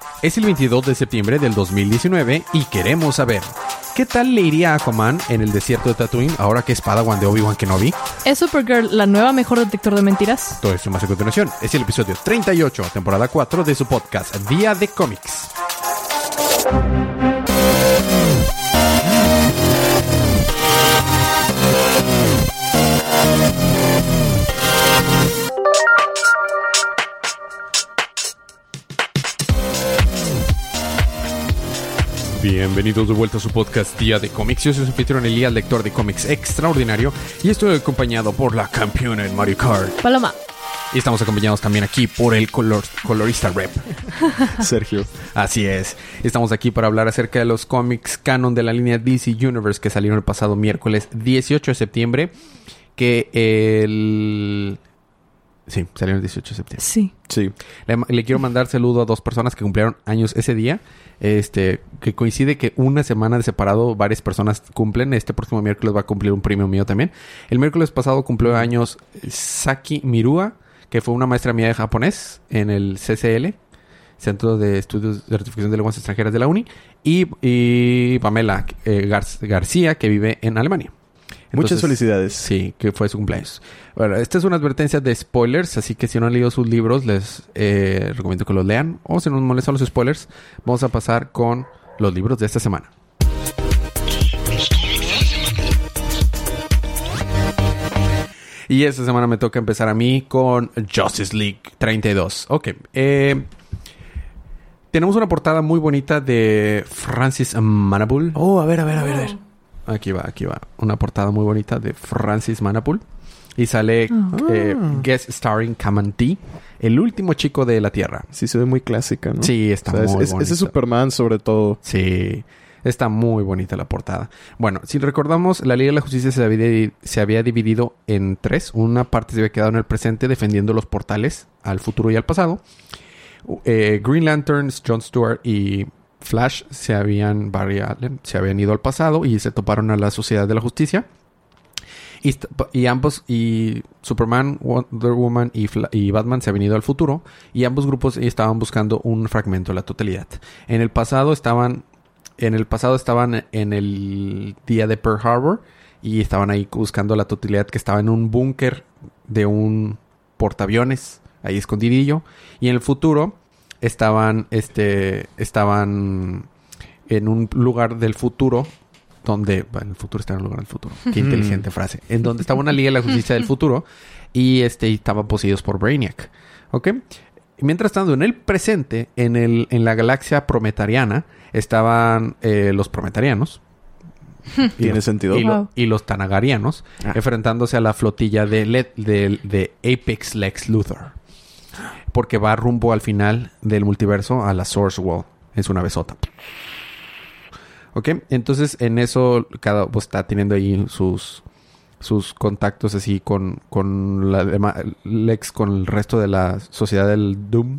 Es el 22 de septiembre del 2019 y queremos saber, ¿qué tal le iría a Aquaman en el desierto de Tatooine ahora que es Padawan de Obi-Wan Kenobi? ¿Es Supergirl la nueva mejor detector de mentiras? Todo esto más a continuación. Es el episodio 38, temporada 4 de su podcast Día de Cómics. Bienvenidos de vuelta a su podcast Día de Cómics. Yo soy su anfitrión Elías, lector de cómics extraordinario, y estoy acompañado por la campeona en Mario Kart, Paloma. Y estamos acompañados también aquí por el colorista rep, Sergio. Así es. Estamos aquí para hablar acerca de los cómics canon de la línea DC Universe que salieron el pasado miércoles 18 de septiembre. Sí, salieron el 18 de septiembre. Sí. Le quiero mandar saludo a dos personas que cumplieron años ese día. Que coincide que una semana de separado varias personas cumplen. Este próximo miércoles va a cumplir un primo mío también. El miércoles pasado cumplió años Saki Mirua, que fue una maestra mía de japonés en el CCL, Centro de Estudios de Certificación de Lenguas Extranjeras de la Uni. Y Pamela García, que vive en Alemania. Entonces, muchas felicidades. Sí, que fue su cumpleaños. Bueno, esta es una advertencia de spoilers, así que si no han leído sus libros, les recomiendo que los lean. O si no nos molestan los spoilers, vamos a pasar con los libros de esta semana. Y esta semana me toca empezar a mí con Justice League 32. Ok. Tenemos una portada muy bonita de Francis Manapul. Oh, a ver. Aquí va. Una portada muy bonita de Francis Manapul. Y sale guest starring Kaman-T, el último chico de la Tierra. Sí, se ve muy clásica, ¿no? Sí, está muy bonita. Ese Superman, sobre todo. Sí, está muy bonita la portada. Bueno, si recordamos, la Liga de la Justicia se había dividido en tres. Una parte se había quedado en el presente defendiendo los portales al futuro y al pasado. Green Lanterns, Jon Stewart y Flash Barry Allen se habían ido al pasado y se toparon a la Sociedad de la Justicia. Y ambos, y Superman, Wonder Woman y Batman se habían ido al futuro. Y ambos grupos estaban buscando un fragmento de la totalidad. En el pasado estaban en el día de Pearl Harbor. Y estaban ahí buscando la totalidad, que estaba en un búnker de un portaaviones, ahí escondidillo. Y en el futuro estaban en un lugar del futuro donde... Bueno, el futuro está en un lugar del futuro. Qué inteligente frase. En donde estaba una Liga de la Justicia del futuro. Y estaban poseídos por Brainiac. ¿Ok? Mientras tanto, en el presente, en la galaxia prometariana, estaban los prometarianos. Tiene sentido. Y los tanagarianos. Enfrentándose a la flotilla de Apex Lex Luthor. Porque va rumbo al final del multiverso a la Source Wall. Es una besota. ¿Ok? Entonces, en eso, cada está teniendo ahí sus contactos así con Lex, con el resto de la sociedad del Doom.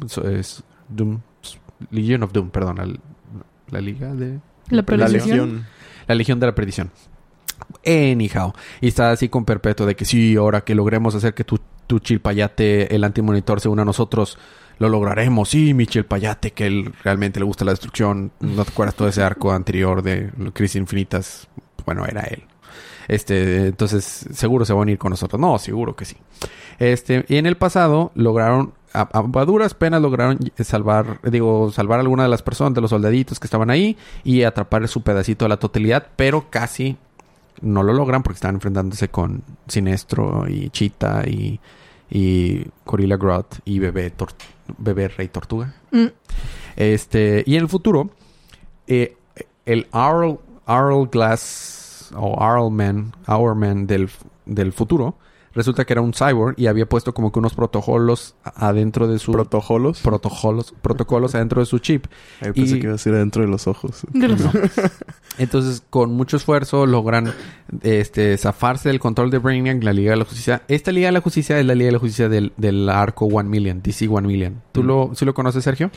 Legion of Doom, perdón. La Liga de... La Perdición. La Legión de la Perdición. Anyhow. Y está así con perpetuo de que sí, ahora que logremos hacer que tu Chilpayate, el antimonitor, se una a nosotros, lo lograremos. Sí, mi Chilpayate, que él realmente le gusta la destrucción. ¿No te acuerdas todo ese arco anterior de Crisis Infinitas? Bueno, era él. Entonces, seguro se van a ir con nosotros. No, seguro que sí. Y en el pasado lograron, a duras penas lograron salvar a alguna de las personas, de los soldaditos que estaban ahí, y atrapar su pedacito de la totalidad, pero casi no lo logran porque están enfrentándose con Sinestro y Cheetah y Gorilla Grodd y Bebé Rey Tortuga. Y en el futuro, el Arl Glass o Our Man del futuro, resulta que era un cyborg y había puesto como que unos protocolos adentro de su... ¿Protocolos? Protocolos adentro de su chip. Pensé que iba a decir adentro de los ojos. De los ojos. Entonces, con mucho esfuerzo, logran zafarse del control de Brainiac, la Liga de la Justicia. Esta Liga de la Justicia es la Liga de la Justicia del arco 1 Million, DC 1 Million. ¿Sí lo conoces, Sergio?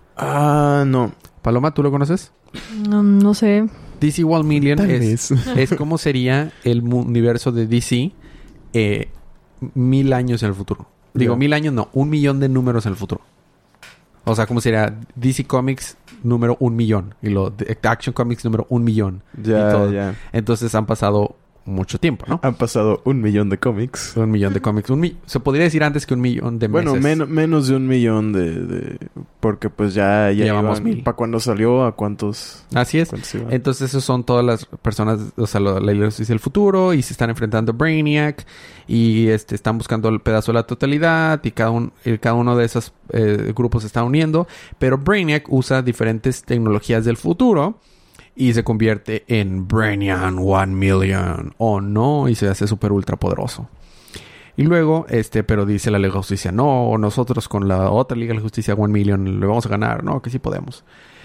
No. Paloma, ¿tú lo conoces? No sé. DC 1 Million es como sería el universo de DC 1000 años en el futuro. Digo, 1000 años no, 1 millón de números en el futuro. O sea, ¿cómo sería? DC Comics número 1,000,000. Y Action Comics número 1,000,000. Ya. Entonces han pasado mucho tiempo, ¿no? Han pasado 1,000,000 de cómics. 1,000,000 de cómics. Se podría decir antes que 1,000,000 de meses. Bueno, menos de 1,000,000 porque pues ya llevamos 1,000. ¿Para cuándo salió? ¿A cuántos? Así es. Entonces esos son todas las personas, o sea, la Liga de la Justicia del futuro, y se están enfrentando a Brainiac, y están buscando el pedazo de la totalidad, y cada uno de esos grupos se está uniendo. Pero Brainiac usa diferentes tecnologías del futuro y se convierte en Brainiac 1,000,000. Oh, no. Y se hace súper ultra poderoso. Y luego, pero dice la Liga de la Justicia, no, nosotros con la otra Liga de la Justicia 1,000,000 le vamos a ganar. No, que sí podemos.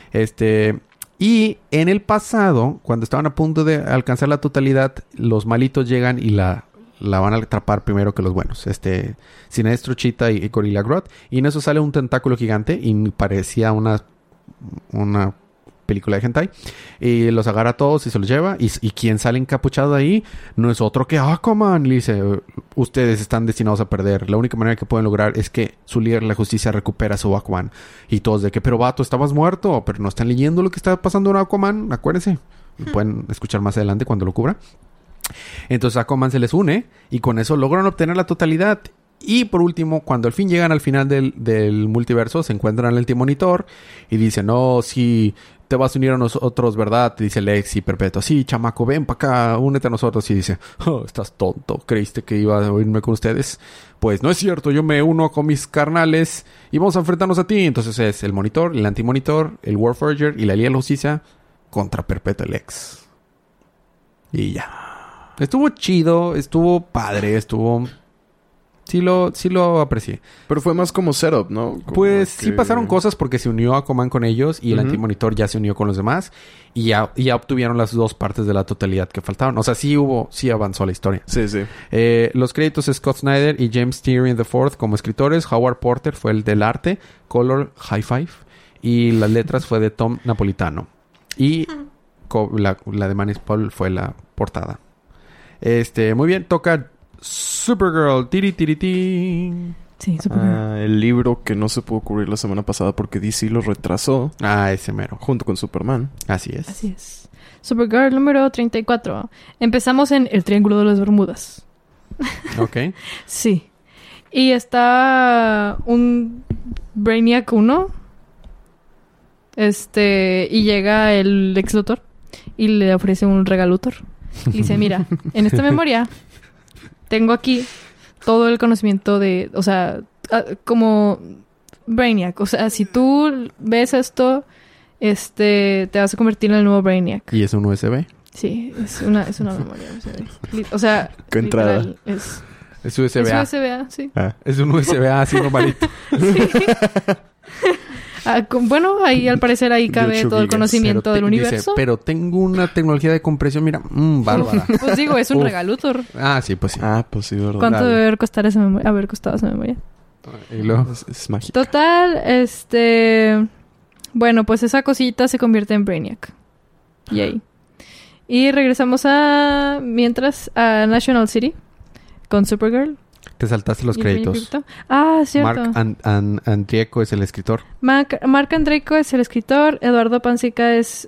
Y en el pasado, cuando estaban a punto de alcanzar la totalidad, los malitos llegan y la van a atrapar primero que los buenos. Sinestro, Cheetah y Gorilla Grodd. Y en eso sale un tentáculo gigante y parecía una película de hentai, y los agarra a todos y se los lleva, y quien sale encapuchado ahí no es otro que Aquaman. Le dice, ustedes están destinados a perder, la única manera que pueden lograr es que su líder, la justicia, recupera a su Aquaman. Y todos de que, pero vato, estabas muerto, pero no están leyendo lo que está pasando en Aquaman, acuérdense. Pueden escuchar más adelante cuando lo cubra. Entonces Aquaman se les une y con eso logran obtener la totalidad. Y por último, cuando al fin llegan al final del multiverso, se encuentran el T-Monitor y dicen, no, sí, te vas a unir a nosotros, ¿verdad? Te dice Lex y Perpetua, sí, chamaco, ven para acá, únete a nosotros. Y dice, oh, estás tonto, ¿creíste que iba a unirme con ustedes? Pues no es cierto, yo me uno con mis carnales y vamos a enfrentarnos a ti. Entonces es el Monitor, el Anti-Monitor, el Warforger y la Liga de la Justicia contra Perpetua y Lex. Y ya. Estuvo chido, estuvo padre, estuvo... Sí lo aprecié. Pero fue más como setup, ¿no? Como pues sí pasaron cosas porque se unió Aquaman con ellos y el Anti-Monitor ya se unió con los demás y ya obtuvieron las dos partes de la totalidad que faltaban. O sea, sí avanzó la historia. Sí. Los créditos es Scott Snyder y James Tyrion IV como escritores. Howard Porter fue el del arte. Color High Five. Y las letras fue de Tom Napolitano. Y la de Manis Paul fue la portada. Muy bien. Toca Supergirl. Sí, Supergirl. El libro que no se pudo cubrir la semana pasada porque DC lo retrasó. Ese mero. Junto con Superman. Así es. Supergirl número 34. Empezamos en el Triángulo de las Bermudas. Ok. Sí. Y está un Brainiac 1. Y llega el Lex Luthor y le ofrece un regalo Luthor. Y dice, mira, en esta memoria tengo aquí todo el conocimiento de... O sea, como Brainiac. O sea, si tú ves esto, te vas a convertir en el nuevo Brainiac. ¿Y es un USB? Sí, es una memoria USB. O sea, ¿qué entrada? Es USB-A. Es USB-A, sí. Es un USB-A así normalito. Sí. Bueno, ahí al parecer ahí cabe todo el conocimiento del universo. Dice, pero tengo una tecnología de compresión, mira, bárbara. Pues digo, es un regalo, Thor. Sí, pues sí. Pues sí, verdad. ¿Cuánto debe haber costado esa memoria? Y luego es mágica. Total, bueno, pues esa cosita se convierte en Brainiac. Yay. Y regresamos mientras a National City con Supergirl. Te saltaste los créditos. Cierto. Mark Andrieko es el escritor. Mark Andrieko es el escritor. Eduardo Pansica es...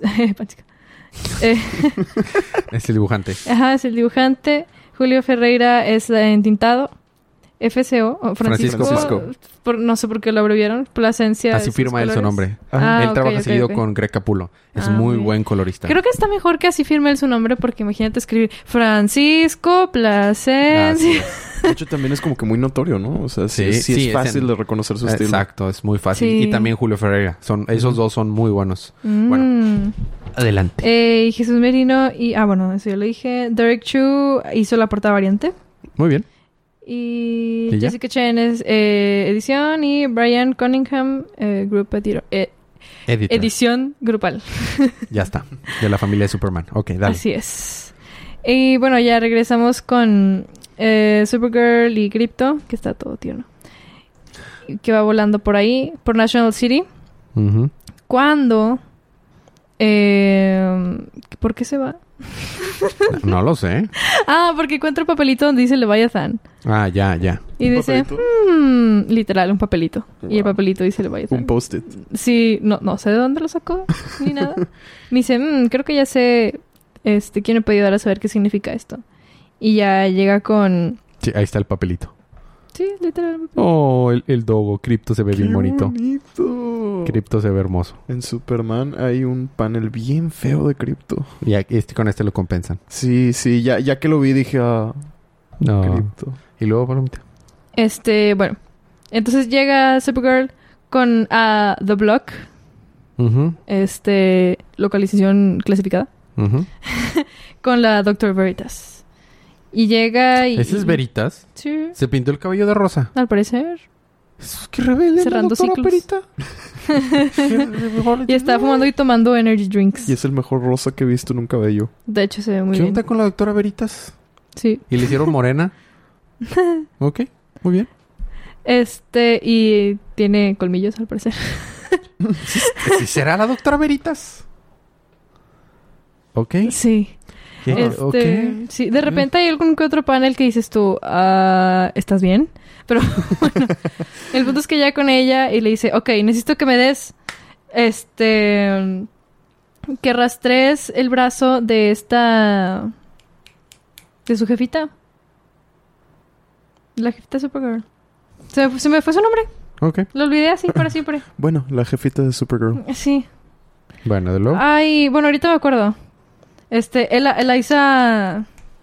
es el dibujante. Ajá, es el dibujante. Julio Ferreira es el entintado. FCO. Francisco. No sé por qué lo abreviaron. Plasencia. Así firma él su nombre. Él trabaja seguido con Greg Capullo. Es muy buen colorista. Creo que está mejor que así firme él su nombre porque imagínate escribir Francisco Plasencia. De hecho, también es como que muy notorio, ¿no? O sea, sí es fácil de reconocer su estilo. Exacto, es muy fácil. Sí. Y también Julio Ferreira. Esos dos son muy buenos. Bueno, adelante. Jesús Merino y... bueno, eso ya lo dije. Derek Chu hizo la portada variante. Muy bien. Y Jessica Chen es edición y Brian Cunningham, Group Editor. Edición grupal. Ya está. De la familia de Superman. Ok, dale. Así es. Y bueno, ya regresamos con Supergirl y Crypto, que está todo tierno. Que va volando por ahí, por National City. Uh-huh. Cuando... ¿por qué se va? No lo sé. Porque encuentra un papelito donde dice Leviathan. Ya. Y dice, literal, un papelito. Wow. Y el papelito dice Leviathan. Un post-it. Sí, no sé de dónde lo sacó, ni nada. Me dice, creo que ya sé quién me puede ayudar a saber qué significa esto. Y ya llega con... Sí, ahí está el papelito. Sí, literal. Oh, el dogo. Crypto se ve bien bonito. Crypto se ve hermoso. En Superman hay un panel bien feo de Crypto. Y con este lo compensan. Sí. Ya que lo vi dije... no. Crypto. Y luego, palomita. Bueno. Entonces llega Supergirl con The Block. Uh-huh. Localización clasificada. Uh-huh. Con la Dr. Veritas. Y llega y... ¿Ese es Veritas? Sí. ¿Se pintó el cabello de rosa? Al parecer. ¡Qué rebelde! Cerrando ciclos. Verita. Y está fumando y tomando energy drinks. Y es el mejor rosa que he visto en un cabello. De hecho, se ve muy bien. ¿Qué onda con la doctora Veritas? Sí. ¿Y le hicieron morena? Ok, muy bien. Y tiene colmillos, al parecer. ¿Sí será la doctora Veritas? Ok. Sí. Okay. Sí, de repente hay algún que otro panel que dices tú, ¿estás bien? Pero bueno, el punto es que ya con ella y le dice, ok, necesito que me des, que rastrees el brazo de de su jefita. La jefita de Supergirl. Se me fue su nombre. Ok. Lo olvidé así para siempre. Bueno, la jefita de Supergirl. Sí. Bueno, de luego. Bueno, ahorita me acuerdo. Eliza...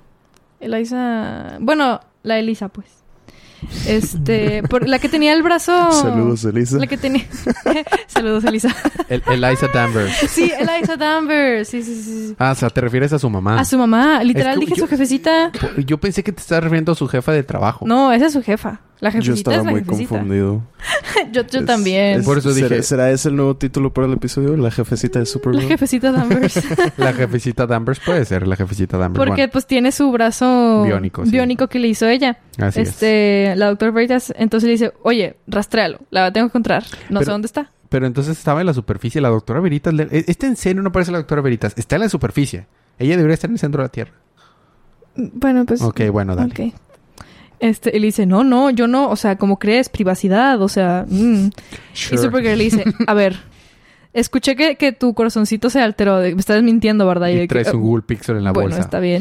Bueno, la Elisa, pues. La que tenía el brazo... Saludos, Elisa. La que tenía... Saludos, Elisa. Eliza Danvers. Sí, Eliza Danvers. Sí. O sea, ¿te refieres a su mamá? A su mamá. Literal, dije su jefecita. Yo pensé que te estabas refiriendo a su jefa de trabajo. No, esa es su jefa. La jefecita yo estaba es la muy jefecita. confundido. Yo también. Por eso dije... ¿Será ese el nuevo título para el episodio? ¿La jefecita de Supergirl? La jefecita Danvers. La jefecita Danvers puede ser la jefecita Danvers. Porque pues tiene su brazo biónico que le hizo ella. Así es. La doctora Veritas entonces le dice, oye, rastréalo, la tengo que encontrar. No sé dónde está. Pero entonces estaba en la superficie. La doctora Veritas... en serio no parece la doctora Veritas. Está en la superficie. Ella debería estar en el centro de la Tierra. Bueno, pues... Ok, bueno, dale. Okay. Él dice, no, yo no. O sea, ¿cómo crees? Privacidad, o sea... Sure. Y Supergirl le dice, a ver... Escuché que tu corazoncito se alteró. Me estás mintiendo, ¿verdad? Y traes un Google Pixel en la bolsa. Bueno, está bien.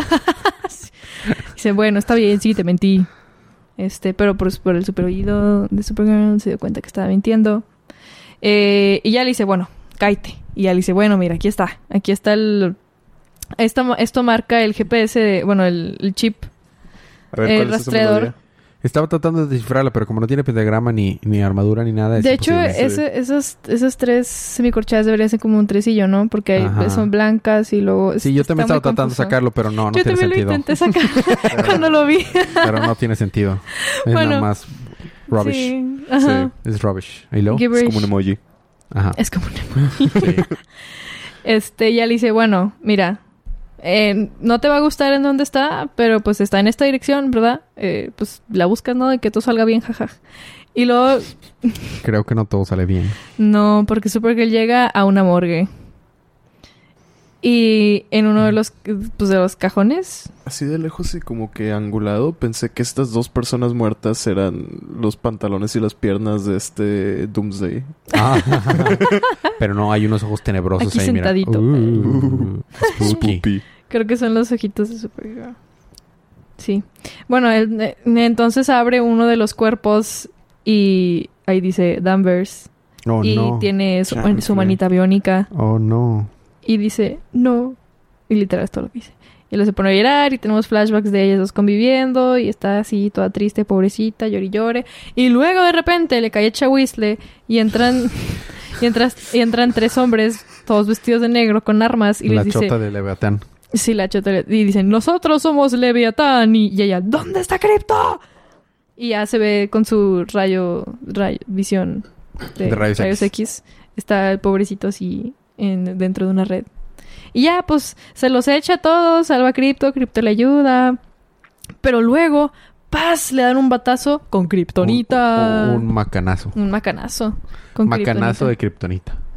Dice, bueno, está bien, sí, te mentí. Pero por el super oído de Supergirl se dio cuenta que estaba mintiendo. Y ya le dice, bueno, cállate. Y ya le dice, bueno, mira, aquí está. Aquí está esto marca el GPS, el chip. A ver, el rastreador. Estaba tratando de descifrarla, pero como no tiene pentagrama ni armadura ni nada... De hecho, esas tres semicorchadas deberían ser como un tresillo, ¿no? Porque son blancas y luego... Sí, yo también estaba tratando de sacarlo, pero no tiene sentido. Yo también lo intenté sacar cuando lo vi. Pero no tiene sentido. Es nada más rubbish. Sí, ajá. Sí, es rubbish. ¿Y luego? Es como un emoji. Ajá. Es como un emoji. Sí. Ya le dice, bueno, mira... no te va a gustar en dónde está, pero pues está en esta dirección, ¿verdad? Pues la buscas, ¿no? De que todo salga bien, jaja. Y luego... Creo que no todo sale bien. No, porque Supergirl llega a una morgue. Y en uno de los cajones... Así de lejos y como que angulado, pensé que estas dos personas muertas eran los pantalones y las piernas de Doomsday. Pero no, hay unos ojos tenebrosos aquí ahí, sentadito. Mira. Spooky. Creo que son los ojitos de Supergirl. Sí. Bueno, entonces abre uno de los cuerpos y ahí dice Danvers. Oh, y no. tiene su manita biónica. Oh, no. Y dice, no. Y literal es todo lo que dice. Y luego se pone a llorar y tenemos flashbacks de ellas dos conviviendo y está así toda triste, pobrecita, llore y llore. Y luego de repente le cae a Chawisle y entran tres hombres todos vestidos de negro con armas y les dice... La chota de Leviatán. Sí, la chota. Y dicen, nosotros somos Leviatán. Y ella, ¿dónde está Crypto? Y ya se ve con su visión de rayos X. Está el pobrecito así dentro de una red. Y ya, pues, se los echa a todos. Salva a Crypto le ayuda. Pero luego, ¡paz! Le dan un batazo con Kryptonita. Un macanazo. Un macanazo. Con macanazo Kryptonita. de Kryptonita.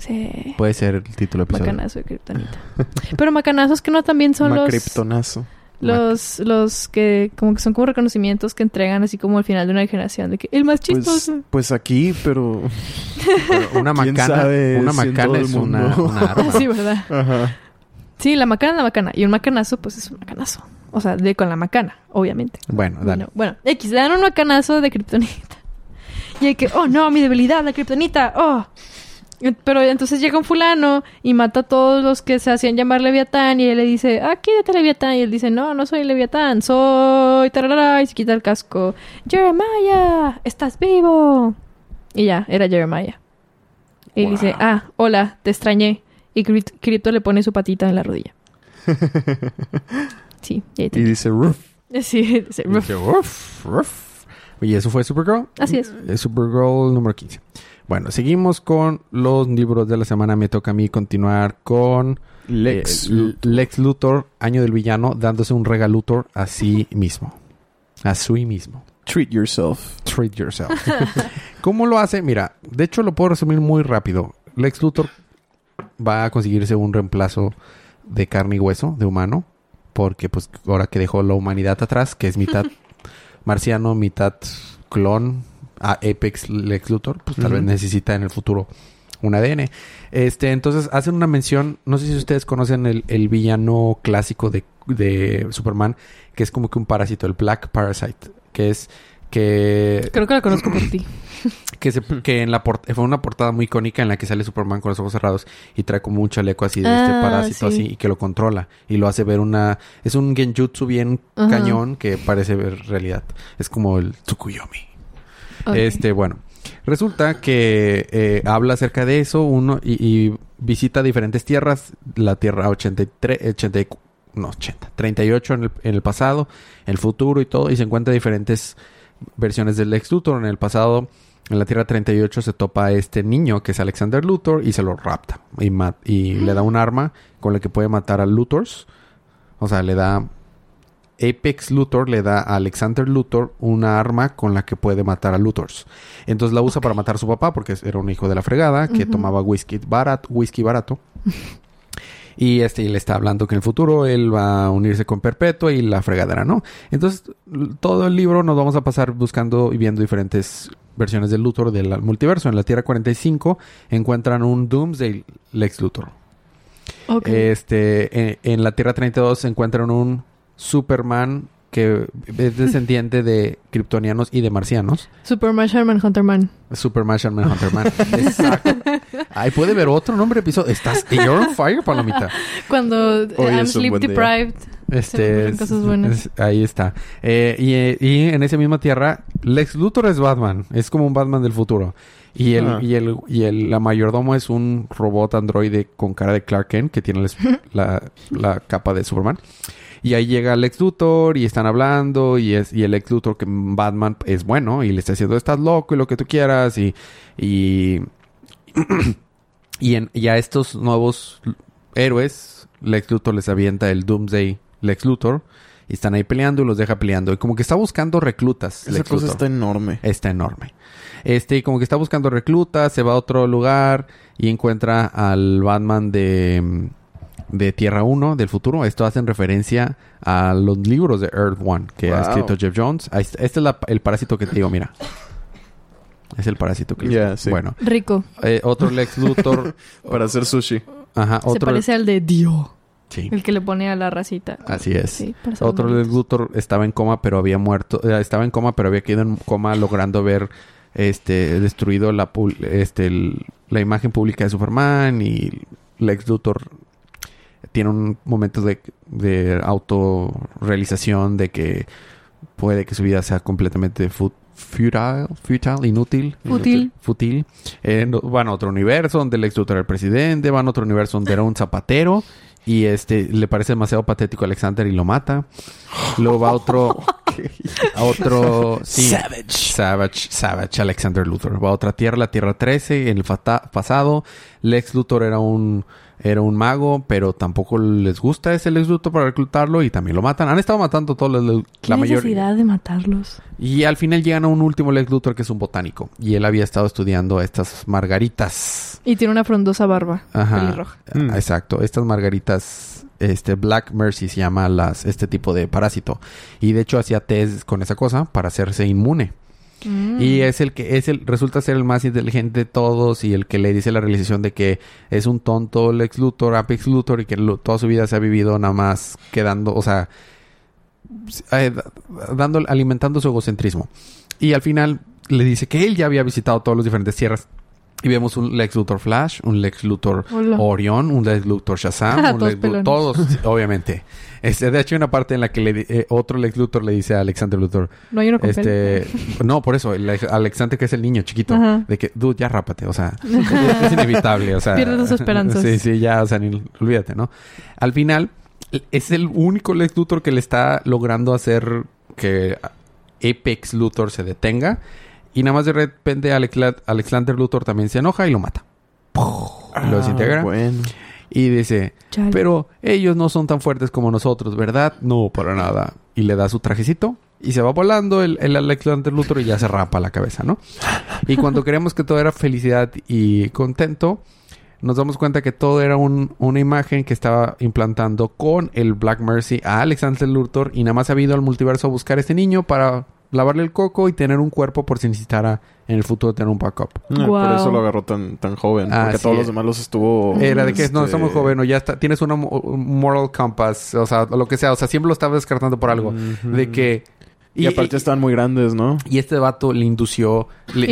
Sí. Puede ser el título del episodio. Macanazo de kriptonita. Pero macanazos que no también son Macriptonazo. los que como que son como reconocimientos que entregan así como al final de una generación de que el más chistoso. Pues aquí, pero Pero una ¿Quién macana, sabe una si en macana todo el es una mundo? arma. Sí, ¿verdad? ajá. Sí, la macana es la macana. Y un macanazo, pues es un macanazo. O sea, con la macana, obviamente. Bueno, dale. Bueno, X, le dan un macanazo de kriptonita. Y hay que, oh no, mi debilidad, la kriptonita, oh. Pero entonces llega un fulano y mata a todos los que se hacían llamar Leviatán. Y él le dice, quítate Leviatán. Y él dice, no soy Leviatán, soy tararara. Y se quita el casco. Jeremiah, estás vivo. Y ya, era Jeremiah. Y él dice, hola, te extrañé. Y Crypto le pone su patita en la rodilla. Sí, y ahí Y dice, Ruf. Sí, dice, "Ruff". Dice, "Ruff, ruff". Y eso fue Supergirl. Así es. Supergirl número 15. Bueno, seguimos con los libros de la semana. Me toca a mí continuar con Lex. Lex Luthor, Año del Villano, dándose un regalutor a sí mismo. A sí mismo. Treat yourself. Treat yourself. ¿Cómo lo hace? Mira, de hecho lo puedo resumir muy rápido. Lex Luthor va a conseguirse un reemplazo de carne y hueso, de humano, porque pues ahora que dejó la humanidad atrás, que es mitad marciano, mitad clon, Apex Lex Luthor, pues tal vez necesita en el futuro un ADN. Entonces hacen una mención, no sé si ustedes conocen el villano clásico de Superman, que es como que un parásito, el Black Parasite, que es que... Creo que la conozco por ti. que en fue una portada muy icónica en la que sale Superman con los ojos cerrados y trae como un chaleco así de este parásito sí. así y que lo controla y lo hace ver es un genjutsu bien cañón que parece ver realidad. Es como el Tsukuyomi. Okay. Bueno, resulta que habla acerca de eso y visita diferentes tierras, la Tierra 38 en el pasado, en el futuro y todo, y se encuentra diferentes versiones del Lex Luthor. En el pasado, en la Tierra 38 se topa a este niño que es Alexander Luthor y se lo rapta y le da un arma con la que puede matar a Luthors. O sea, Apex Luthor le da a Alexander Luthor una arma con la que puede matar a Luthors. Entonces la usa para matar a su papá porque era un hijo de la fregada que tomaba whisky barato. Y le está hablando que en el futuro él va a unirse con Perpetua y la fregadera, ¿no? Entonces, todo el libro nos vamos a pasar buscando y viendo diferentes versiones del Luthor del multiverso. En la Tierra 45 encuentran un Doomsday Lex Luthor. Okay. En la Tierra 32 encuentran un Superman que es descendiente de kryptonianos y de marcianos. Superman Sherman Hunterman. Superman Sherman Hunterman. Exacto. Ahí puede ver otro nombre episodio. You're on fire, Palomita. Cuando Hoy I'm es un sleep buen día. deprived. Se me ocurren cosas buenas. Ahí está. Y en esa misma tierra, Lex Luthor es Batman. Es como un Batman del futuro. Y la mayordomo es un robot androide con cara de Clark Kent que tiene la capa de Superman. Y ahí llega Lex Luthor y están hablando y el Lex Luthor que Batman es bueno y le está diciendo estás loco y lo que tú quieras y a estos nuevos héroes Lex Luthor les avienta el Doomsday Lex Luthor y están ahí peleando y los deja peleando y como que está buscando reclutas. Esa cosa está enorme. Está enorme. Y como que está buscando reclutas, se va a otro lugar y encuentra al Batman de Tierra 1 del futuro. Esto hacen referencia a los libros de Earth One que ha escrito Jeff Jones. Este es el parásito que te digo, mira. Es el parásito que sí. Bueno. Rico. Otro Lex Luthor. Para hacer sushi. Ajá. Se parece al de Dio. Sí. El que le pone a la racita. Así es. Sí, otro Lex Luthor estaba en coma, pero había muerto. Estaba en coma, pero había quedado en coma logrando ver destruido la imagen pública de Superman y Lex Luthor tiene un momento de autorrealización de que puede que su vida sea completamente inútil. Fútil. Van a otro universo donde Lex Luthor era el presidente. Van a otro universo donde era un zapatero. Y le parece demasiado patético a Alexander y lo mata. Luego va a otro... A otro... Sí, Savage Alexander Luthor. Va a otra tierra, la Tierra 13. En el pasado, Lex Luthor era un mago, pero tampoco les gusta ese Lex Luthor para reclutarlo y también lo matan. Han estado matando todos la mayoría. ¿Qué necesidad de matarlos? Y al final llegan a un último Lex Luthor que es un botánico. Y él había estado estudiando estas margaritas. Y tiene una frondosa barba pelirroja. Exacto. Estas margaritas... Black Mercy se llama este tipo de parásito. Y de hecho hacía test con esa cosa para hacerse inmune. Y resulta ser el más inteligente de todos y el que le dice la realización de que es un tonto Lex Luthor, Apex Luthor, y que toda su vida se ha vivido nada más quedando, o sea, alimentando su egocentrismo. Y al final le dice que él ya había visitado todas las diferentes tierras. Y vemos un Lex Luthor Flash, un Lex Luthor Orion, un Lex Luthor Shazam, todos, obviamente. De hecho, hay una parte en la que otro Lex Luthor le dice a Alexander Luthor... No hay uno con pelo. No, por eso. Alexander, que es el niño chiquito. De que, dude, ya rápate. O sea, es inevitable. O sea... Pierde tus esperanzas. Sí, ya. O sea, olvídate, ¿no? Al final, es el único Lex Luthor que le está logrando hacer que Apex Luthor se detenga. Y nada más de repente Alexander Luthor también se enoja y lo mata. Lo desintegra. Bueno. Y dice, pero ellos no son tan fuertes como nosotros, ¿verdad? No, para nada. Y le da su trajecito y se va volando el Alexander Luthor y ya se rapa la cabeza, ¿no? Y cuando creemos que todo era felicidad y contento, nos damos cuenta que todo era una imagen que estaba implantando con el Black Mercy a Alexander Luthor y nada más ha ido al multiverso a buscar a este niño para lavarle el coco y tener un cuerpo por si necesitara en el futuro tener un backup. Por eso lo agarró tan joven. Porque todos los demás los estuvo... Era de que no, está muy joven o ya está... Tienes un moral compass. O sea, lo que sea. O sea, siempre lo estaba descartando por algo. De que... Y aparte estaban muy grandes, ¿no? Y este vato le indujo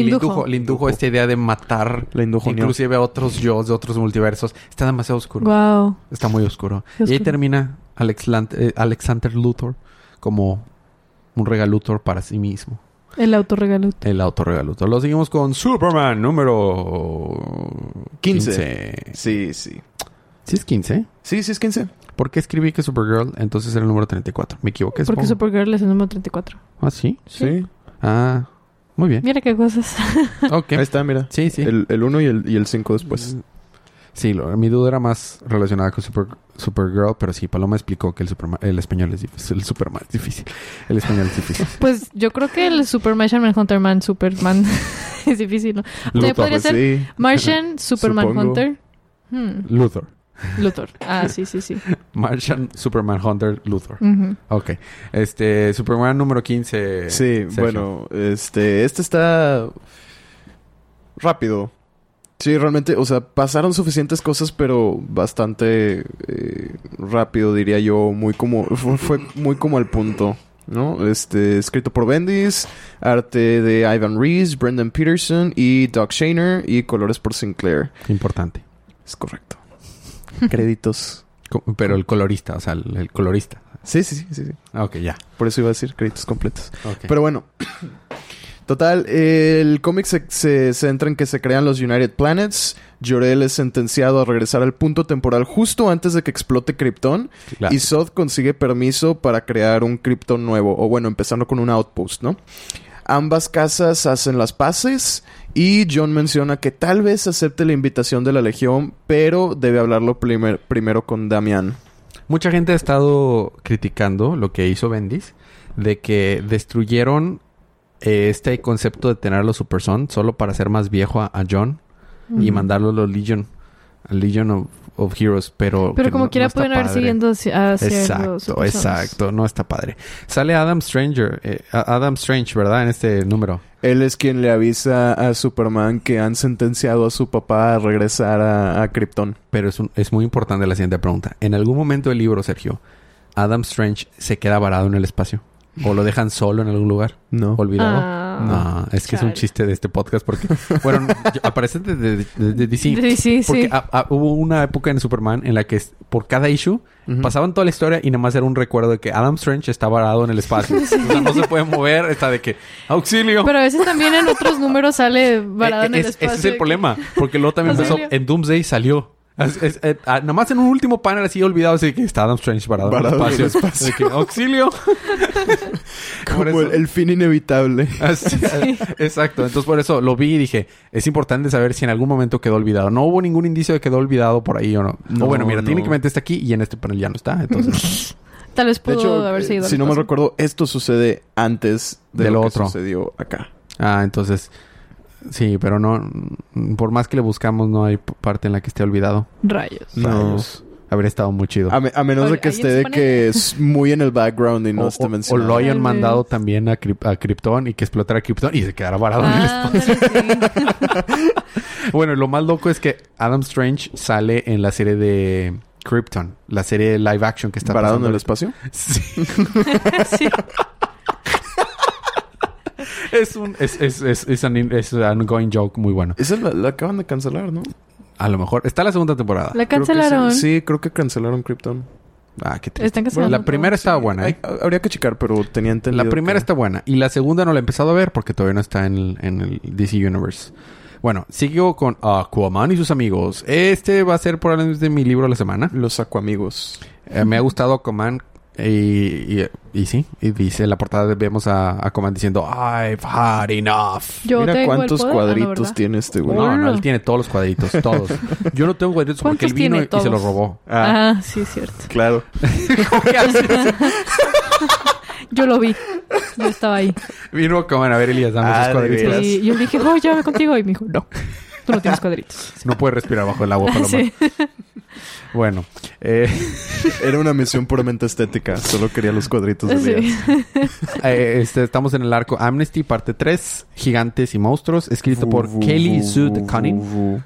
esta idea de matar inclusive a otros yo de otros multiversos. Está demasiado oscuro. Wow. Está muy oscuro. Y ahí termina Alexander Luthor como un regalutor para sí mismo. El autorregalutor. Lo seguimos con Superman número 15. Sí. ¿Sí es 15? Sí, es 15. ¿Por qué escribí que Supergirl entonces era el número 34? Me equivoqué. Porque Supergirl es el número 34. ¿Ah, sí? Sí. Ah, muy bien. Mira qué cosas. Ok. Ahí está, mira. Sí. El 1 y el 5 después. Sí, mi duda era más relacionada con Supergirl, pero sí, Paloma explicó que el español es difícil. El Superman es difícil. El español es difícil. Pues yo creo que el Superman Hunterman Superman es difícil, ¿no? También podría ser Martian Superman Supongo. Hunter. Luthor. Ah, sí. Martian Superman Hunter Luthor. Uh-huh. Ok. Superman número 15. Sí, Sergio. bueno, este está rápido. Sí, realmente, o sea, pasaron suficientes cosas, pero bastante rápido, diría yo. Fue muy como al punto, ¿no? Escrito por Bendis, arte de Ivan Reis, Brendan Peterson y Doug Shaner, y colores por Sinclair. Importante. Es correcto. Créditos. Pero el colorista, o sea, el colorista. Sí. Ok, ya. Por eso iba a decir créditos completos. Okay. Pero bueno... Total, el cómic se centra en que se crean los United Planets. Jor-El es sentenciado a regresar al punto temporal justo antes de que explote Krypton. Claro. Y Zod consigue permiso para crear un Krypton nuevo. O bueno, empezando con un outpost, ¿no? Ambas casas hacen las paces. Y John menciona que tal vez acepte la invitación de la Legión, pero debe hablarlo primero con Damian. Mucha gente ha estado criticando lo que hizo Bendis. De que destruyeron... este concepto de tener a los Super Son solo para hacer más viejo a John y mandarlo a los Legion of Heroes, pero como quiera pueden haber siguiendo hacia exacto, no está padre. Sale Adam Strange, ¿verdad? En este número. Él es quien le avisa a Superman que han sentenciado a su papá a regresar a Krypton. Pero es muy importante la siguiente pregunta. En algún momento del libro, Sergio, Adam Strange se queda varado en el espacio. ¿O lo dejan solo en algún lugar? No. ¿Olvidado? No. Es que es un chiste de este podcast porque... Bueno, aparece de DC. De DC, porque hubo una época en Superman en la que por cada issue pasaban toda la historia y nada más era un recuerdo de que Adam Strange está varado en el espacio. O sea, no se puede mover. Está de que... ¡Auxilio! Pero a veces también en otros números sale varado en el espacio. Ese es el problema. Porque luego también empezó... En Doomsday salió. Nomás en un último panel así olvidado, así que está Adam Strange parado en el espacio. De que, ¡auxilio! Como el fin inevitable. Así, sí. Exacto. Entonces, por eso lo vi y dije, es importante saber si en algún momento quedó olvidado. No hubo ningún indicio de que quedó olvidado por ahí o no. No, bueno, mira, técnicamente está aquí y en este panel ya no está. Entonces... Tal vez pudo haber seguido. Si no me recuerdo, esto sucede antes de lo otro que sucedió acá. Entonces... Sí, pero no... Por más que le buscamos, no hay parte en la que esté olvidado. Rayos. No. Habría estado muy chido. A menos de que esté de que es muy en el background y no esté mencionado. O lo hayan mandado también a Krypton y que explotara Krypton y se quedara varado en el espacio. Sí. Bueno, lo más loco es que Adam Strange sale en la serie de Krypton. La serie live action que está ¿varado en el espacio? Sí. Sí. Es un ongoing joke muy bueno. Esa la acaban de cancelar, ¿no? A lo mejor. Está la segunda temporada. ¿La cancelaron? Sí, creo que cancelaron Krypton. Qué triste. Están cancelando. La primera estaba buena, ¿eh? Habría que checar, pero tenía entendido. La primera está buena. Y la segunda no la he empezado a ver porque todavía no está en el DC Universe. Bueno, sigo con Aquaman y sus amigos. Este va a ser probablemente mi libro de la semana. Los Aquamigos. Me ha gustado Aquaman. Y sí, y dice en la portada vemos a Aquaman diciendo I've had enough. Mira cuántos cuadritos tiene este güey. No, él tiene todos los cuadritos, todos. Yo no tengo cuadritos porque él vino y se los robó. Sí, es cierto. Claro. ¿Cómo que haces? Yo lo vi. Yo estaba ahí. Vino Aquaman a ver Elías dando sus cuadritos. Y yo le dije, llévame contigo. Y me dijo, no, tú no tienes cuadritos. No puedes respirar bajo el agua, Paloma. Sí. Bueno. Era una misión puramente estética. Solo quería los cuadritos de Elías. Estamos en el arco Amnesty, parte 3. Gigantes y monstruos. Escrito por Kelly Sue DeConning.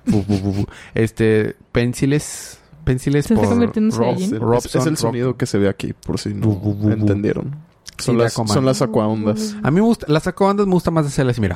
Pénciles se por está convirtiendo en Robson. Es el sonido que se ve aquí, por si no entendieron. Son las aquaondas. A mí me gusta... Las aquaondas me gusta más hacerlas. Mira.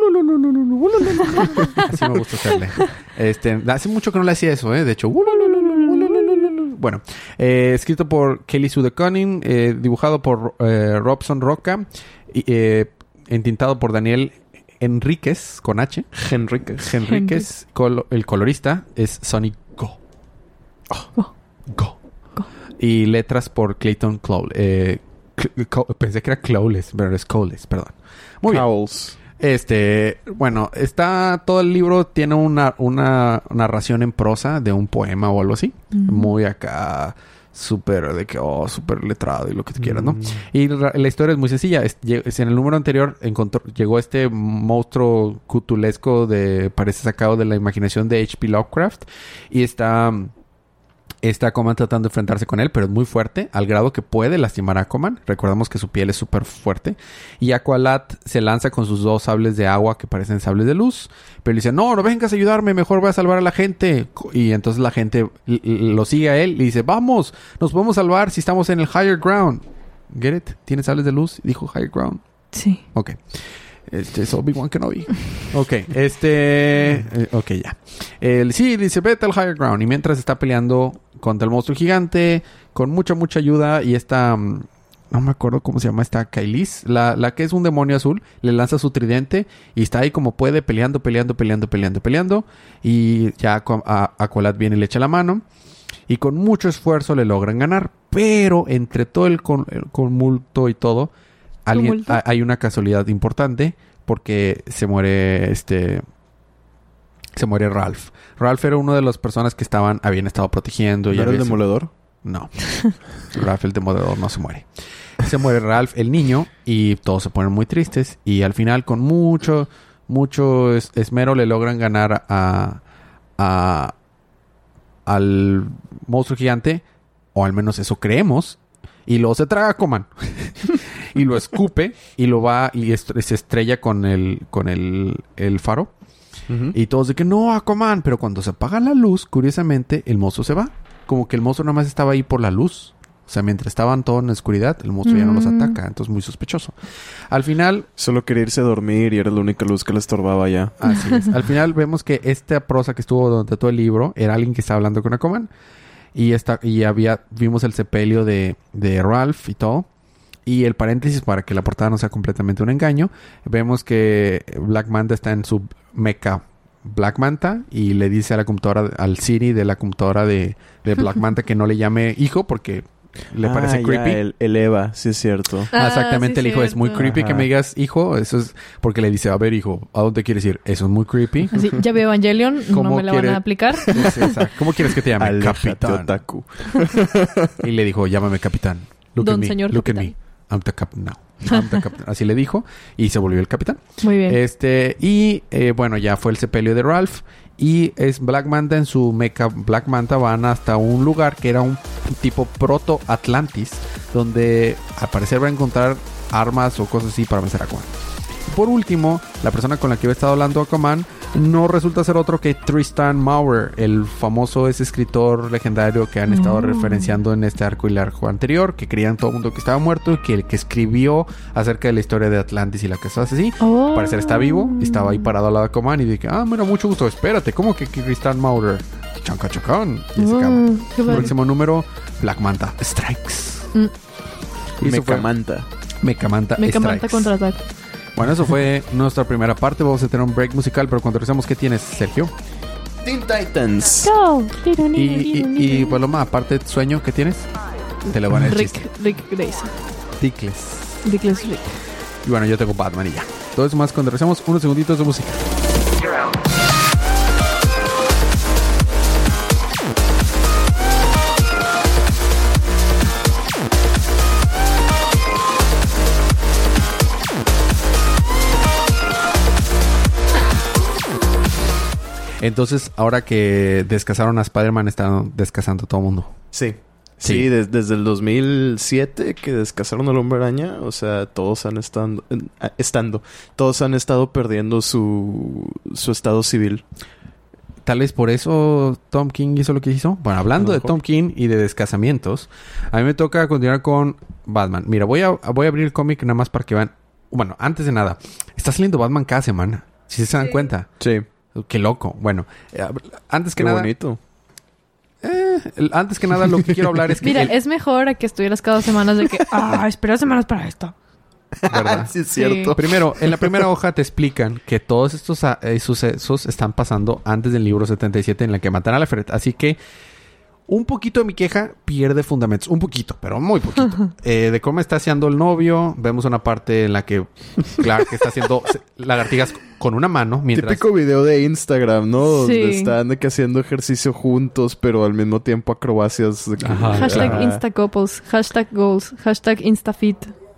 Así me gusta hacerle. Hace mucho que no le hacía eso, De hecho... Bueno. Escrito por Kelly Sue DeConning. Dibujado por Robson Roca. Entintado por Daniel Enríquez, con H. Henríquez. El colorista es Sonny Go. Go. Y letras por Clayton Cowles. Pensé que era Cowles, pero es Cowles, perdón. Muy Cowles. Bien. Bueno, todo el libro tiene una narración en prosa de un poema o algo así. Muy acá, súper letrado y lo que tú quieras, ¿no? Y la historia es muy sencilla. En el número anterior llegó este monstruo cutulesco parece sacado de la imaginación de H.P. Lovecraft. Y está Aquaman tratando de enfrentarse con él, pero es muy fuerte, al grado que puede lastimar a Aquaman. Recordamos que su piel es súper fuerte. Y Aqualad se lanza con sus 2 sables de agua que parecen sables de luz. Pero le dice, no vengas a ayudarme, mejor voy a salvar a la gente. Y entonces la gente lo sigue a él y dice, vamos, nos podemos salvar si estamos en el higher ground. ¿Get it? ¿Tiene sables de luz? Dijo higher ground. Sí. Ok. Es Obi-Wan Kenobi. Ok, ok, ya. Sí, dice, vete al higher ground. Y mientras está peleando contra el monstruo gigante, con mucha ayuda, y esta... no me acuerdo cómo se llama esta Kailis. La que es un demonio azul. Le lanza su tridente y está ahí como puede, peleando. Y ya Aqualad viene y le echa la mano. Y con mucho esfuerzo le logran ganar. Pero entre todo el tumulto y todo... hay una casualidad importante porque se muere Ralph. Ralph era uno de las personas que habían estado protegiendo. ¿No era el demoledor? No. Ralph el demoledor no se muere. Se muere Ralph el niño y todos se ponen muy tristes y al final con mucho esmero le logran ganar al monstruo gigante, o al menos eso creemos. Y luego se traga a Aquaman. Y lo escupe. Y lo va y se estrella con el faro. Y todos de que no, Aquaman. Pero cuando se apaga la luz, curiosamente, el monstruo se va. Como que el monstruo nada más estaba ahí por la luz. O sea, mientras estaban todos en la oscuridad, el monstruo ya no los ataca. Entonces, muy sospechoso. Al final... Solo quería irse a dormir y era la única luz que le estorbaba ya. Así es. Al final vemos que esta prosa que estuvo durante todo el libro era alguien que estaba hablando con Aquaman. Y vimos el sepelio de Ralph y todo. Y el paréntesis para que la portada no sea completamente un engaño. Vemos que Black Manta está en su mecha Black Manta y le dice a la computadora, al Siri de la computadora de Black Manta que no le llame hijo porque le parece creepy. El Eva, sí es cierto. Exactamente, sí, le dijo, es muy creepy que me digas hijo. Eso es porque le dice, a ver, hijo, ¿a dónde quieres ir? Eso es muy creepy. Así, ya veo Evangelion, no me la van a aplicar. ¿Cómo quieres que te llame? Capitán. Otaku. Y le dijo, llámame capitán. Don señor look capitán. at me. I'm the captain now. I'm the captain. Así le dijo. Y se volvió el capitán. Muy bien. Bueno, ya fue el sepelio de Ralph. Y es Black Manta en su mecha. Black Manta van hasta un lugar que era un tipo proto-Atlantis. Donde al parecer va a encontrar armas o cosas así para vencer a Aquaman. Por último, la persona con la que he estado hablando Aquaman no resulta ser otro que Tristan Maurer, el famoso ese escritor legendario que han estado referenciando en este arco y el arco anterior, que creían todo el mundo que estaba muerto y que el que escribió acerca de la historia de Atlantis y la cosa así. Al parecer está vivo y estaba ahí parado al lado de Aquaman y dije, mira, mucho gusto, espérate, ¿cómo que Tristan Maurer? Chanca chacán. Y se acaba. El próximo número, Black Manta Strikes. Mecamanta. Mecamanta contraataca. Bueno, eso fue nuestra primera parte. Vamos a tener un break musical, pero cuando regresemos, ¿qué tienes, Sergio? Teen Titans. Go. Y Paloma, aparte de sueño, ¿qué tienes? Te lo van a decir. Rick Grayson. Dickless Rick. Y bueno, yo tengo Batman y ya. Todo eso más cuando regresemos. Unos segunditos de música. Entonces, ahora que descasaron a Spider-Man, están descasando a todo el mundo. Sí. Desde el 2007 que descasaron al Hombre Araña, o sea, todos han estado perdiendo su estado civil. Tal vez por eso Tom King hizo lo que hizo. Bueno, hablando de Tom King y de descasamientos, a mí me toca continuar con Batman. Mira, voy a abrir el cómic nada más para que vean. Bueno, antes de nada, está saliendo Batman cada semana. Si se dan cuenta. Sí. Qué loco. Bueno, antes que Qué nada... bonito. Antes que nada, lo que quiero hablar es que... Mira, es mejor a que estuvieras cada semana de que... espera semanas para esto. ¿Verdad? Sí, es cierto. Sí. Primero, en la primera hoja te explican que todos estos sucesos están pasando antes del libro 77 en la que matan a Alfred. Así que... un poquito de mi queja pierde fundamentos. Un poquito, pero muy poquito. De cómo está haciendo el novio. Vemos una parte en la que Clark está haciendo lagartijas con una mano. Mientras... Típico video de Instagram, ¿no? Sí. Donde están de que haciendo ejercicio juntos, pero al mismo tiempo acrobacias. De que... Ajá. Hashtag Instacouples. Hashtag Goals. Hashtag Instafit.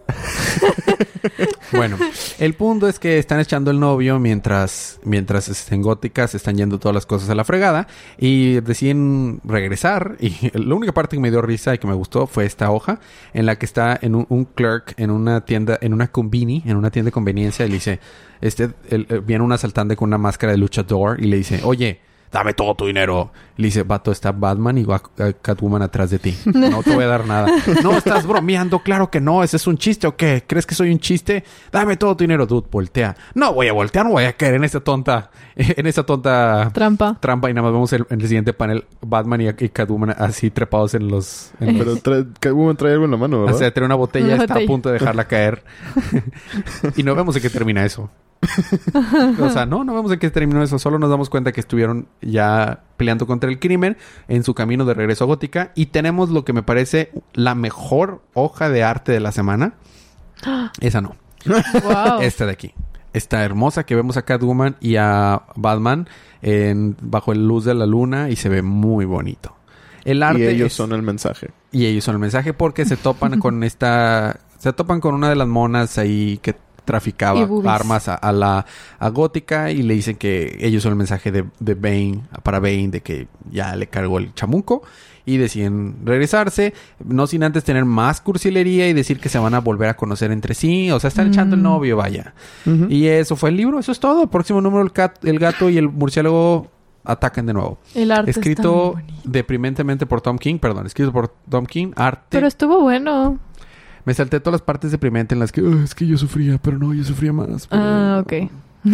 Bueno, el punto es que están echando el novio mientras en Gótica se están yendo todas las cosas a la fregada y deciden regresar. Y la única parte que me dio risa y que me gustó fue esta hoja en la que está en un clerk en una tienda, en una combini, en una tienda de conveniencia y le dice, viene un asaltante con una máscara de luchador y le dice, oye, dame todo tu dinero. Le dice, vato, está Batman y Catwoman atrás de ti. No te voy a dar nada. No, estás bromeando. Claro que no. ¿Ese es un chiste o qué? ¿Crees que soy un chiste? Dame todo tu dinero. Dude, voltea. No voy a voltear. No voy a caer en esa tonta Trampa. Y nada más vemos en el siguiente panel Batman y Catwoman así trepados en los... Pero Catwoman trae algo en la mano, ¿verdad? O sea, trae una botella. Está a punto de dejarla caer. Y no vemos en qué termina eso. O sea, no vemos en qué terminó eso. Solo nos damos cuenta que estuvieron ya peleando contra el crimen en su camino de regreso a Gótica. Y tenemos lo que me parece la mejor hoja de arte de la semana. Esa no. Wow. Esta de aquí. Esta hermosa que vemos a Catwoman y a Batman bajo la luz de la luna y se ve muy bonito. El arte y ellos son el mensaje. Y ellos son el mensaje porque se topan con se topan con una de las monas ahí que traficaba armas a Gótica y le dicen que ellos son el mensaje de Bane, para Bane, de que ya le cargó el chamuco y deciden regresarse, no sin antes tener más cursilería y decir que se van a volver a conocer entre sí, o sea, están echando el novio, vaya. Uh-huh. Y eso fue el libro, eso es todo. Próximo número, el gato y el murciélago atacan de nuevo. El arte escrito deprimentemente por Tom King, arte. Pero estuvo bueno. Me salté todas las partes deprimentes en las que... es que yo sufría, pero no, yo sufría más. Pero... ok.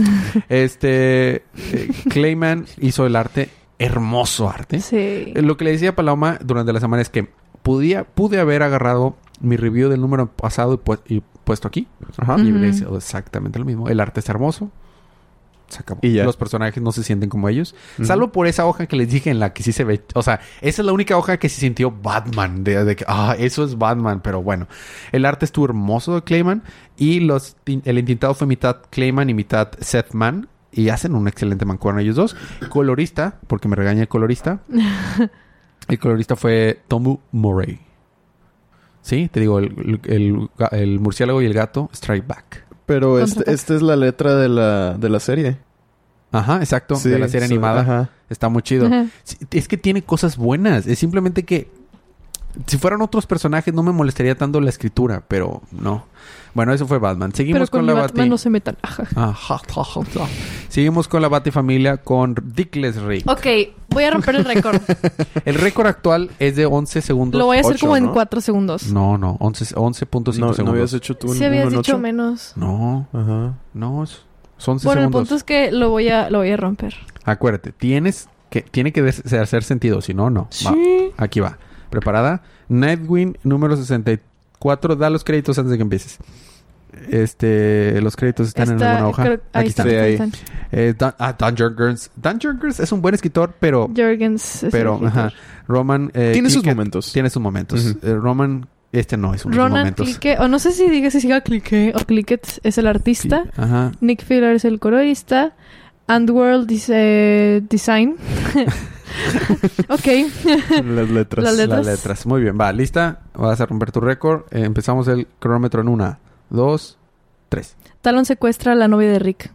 Clayman hizo el arte. Hermoso arte. Sí. Lo que le decía a Paloma durante la semana es que pude haber agarrado mi review del número pasado y puesto aquí. Ajá. Y le decía exactamente lo mismo. El arte es hermoso. Se acabó. Y ya. Los personajes no se sienten como ellos. Salvo por esa hoja que les dije en la que sí se ve... O sea, esa es la única hoja que se sintió Batman. De que, eso es Batman. Pero bueno. El arte estuvo hermoso de Clayman. Y el intentado fue mitad Clayman y mitad Seth Mann. Y hacen un excelente mancuerno ellos dos. Colorista, porque me regaña el colorista. El colorista fue Tomu Murray. Sí, te digo, el murciélago y el gato, Strike Back. Pero esta es la letra de la serie. Ajá, exacto. Sí, de la serie animada. Ajá. Está muy chido. Ajá. Es que tiene cosas buenas. Es simplemente que... Si fueran otros personajes no me molestaría tanto la escritura. Pero no. Bueno, eso fue Batman. Seguimos pero con la Batman no se metan. Seguimos con la Batifamilia con Dickless Rick. Ok, voy a romper el récord. El récord actual es de 11 segundos. Lo voy a hacer 8, como en ¿no? 4 segundos. No, 11.5 segundos. ¿No habías hecho tú Si habías un dicho 8? menos. No, Ajá. no. Son 11 Bueno, el segundos. punto es que lo voy a romper. Acuérdate, tiene que hacer sentido. Si no, no. Sí. Va. Aquí va. ¿Preparada? Nightwing número 64. Da los créditos antes de que empieces. Los créditos están en alguna hoja. Ahí Aquí están. Sí, ahí. Dan Jurgens. Dan Jurgens es un buen escritor, pero... Jurgens es Pero, el escritor. ajá. Roman... Tiene sus Clickett momentos. Tiene sus momentos. Roman... no es uno de sus Ronan momentos. Clickett, o no sé si diga si siga Clickett o Clickett es el artista. Sí, ajá. Nick Filler es el colorista. Andworld dice Design. Ok. Las letras. Las letras. Las letras. Muy bien. Va, ¿lista? Vas a romper tu récord. Empezamos el cronómetro en 1, 2, 3. Talon secuestra a la novia de Rick.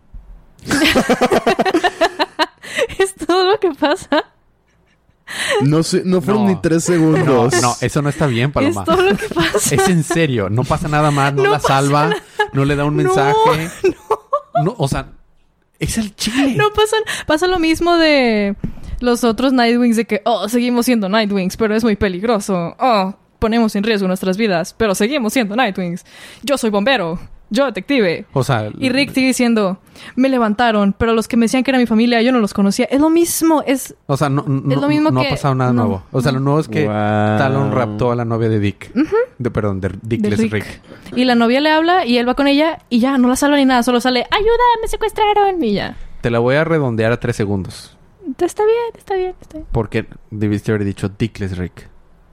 Es todo lo que pasa. No fueron No. ni 3 segundos. No, eso no está bien, Paloma. Es todo lo que pasa. Es en serio. No pasa nada más. No No la pasa salva. No le da un No, mensaje. No, o sea... Es el chile. No pasa lo mismo de los otros Nightwings de que, seguimos siendo Nightwings, pero es muy peligroso. Ponemos en riesgo nuestras vidas, pero seguimos siendo Nightwings. Yo soy bombero, yo detective. O sea... Y Rick sigue diciendo, me levantaron, pero los que me decían que era mi familia, yo no los conocía. Es lo mismo, O sea, no lo mismo ha que- pasado nada no, nuevo. O sea, lo nuevo es que Wow. Talon raptó a la novia de Dick. De Dickless de Rick. Y la novia le habla y él va con ella y ya, no la salva ni nada. Solo sale, ayuda, me secuestraron. Y ya. Te la voy a redondear a 3 segundos. Está bien. Porque debiste haber dicho Dickless Rick.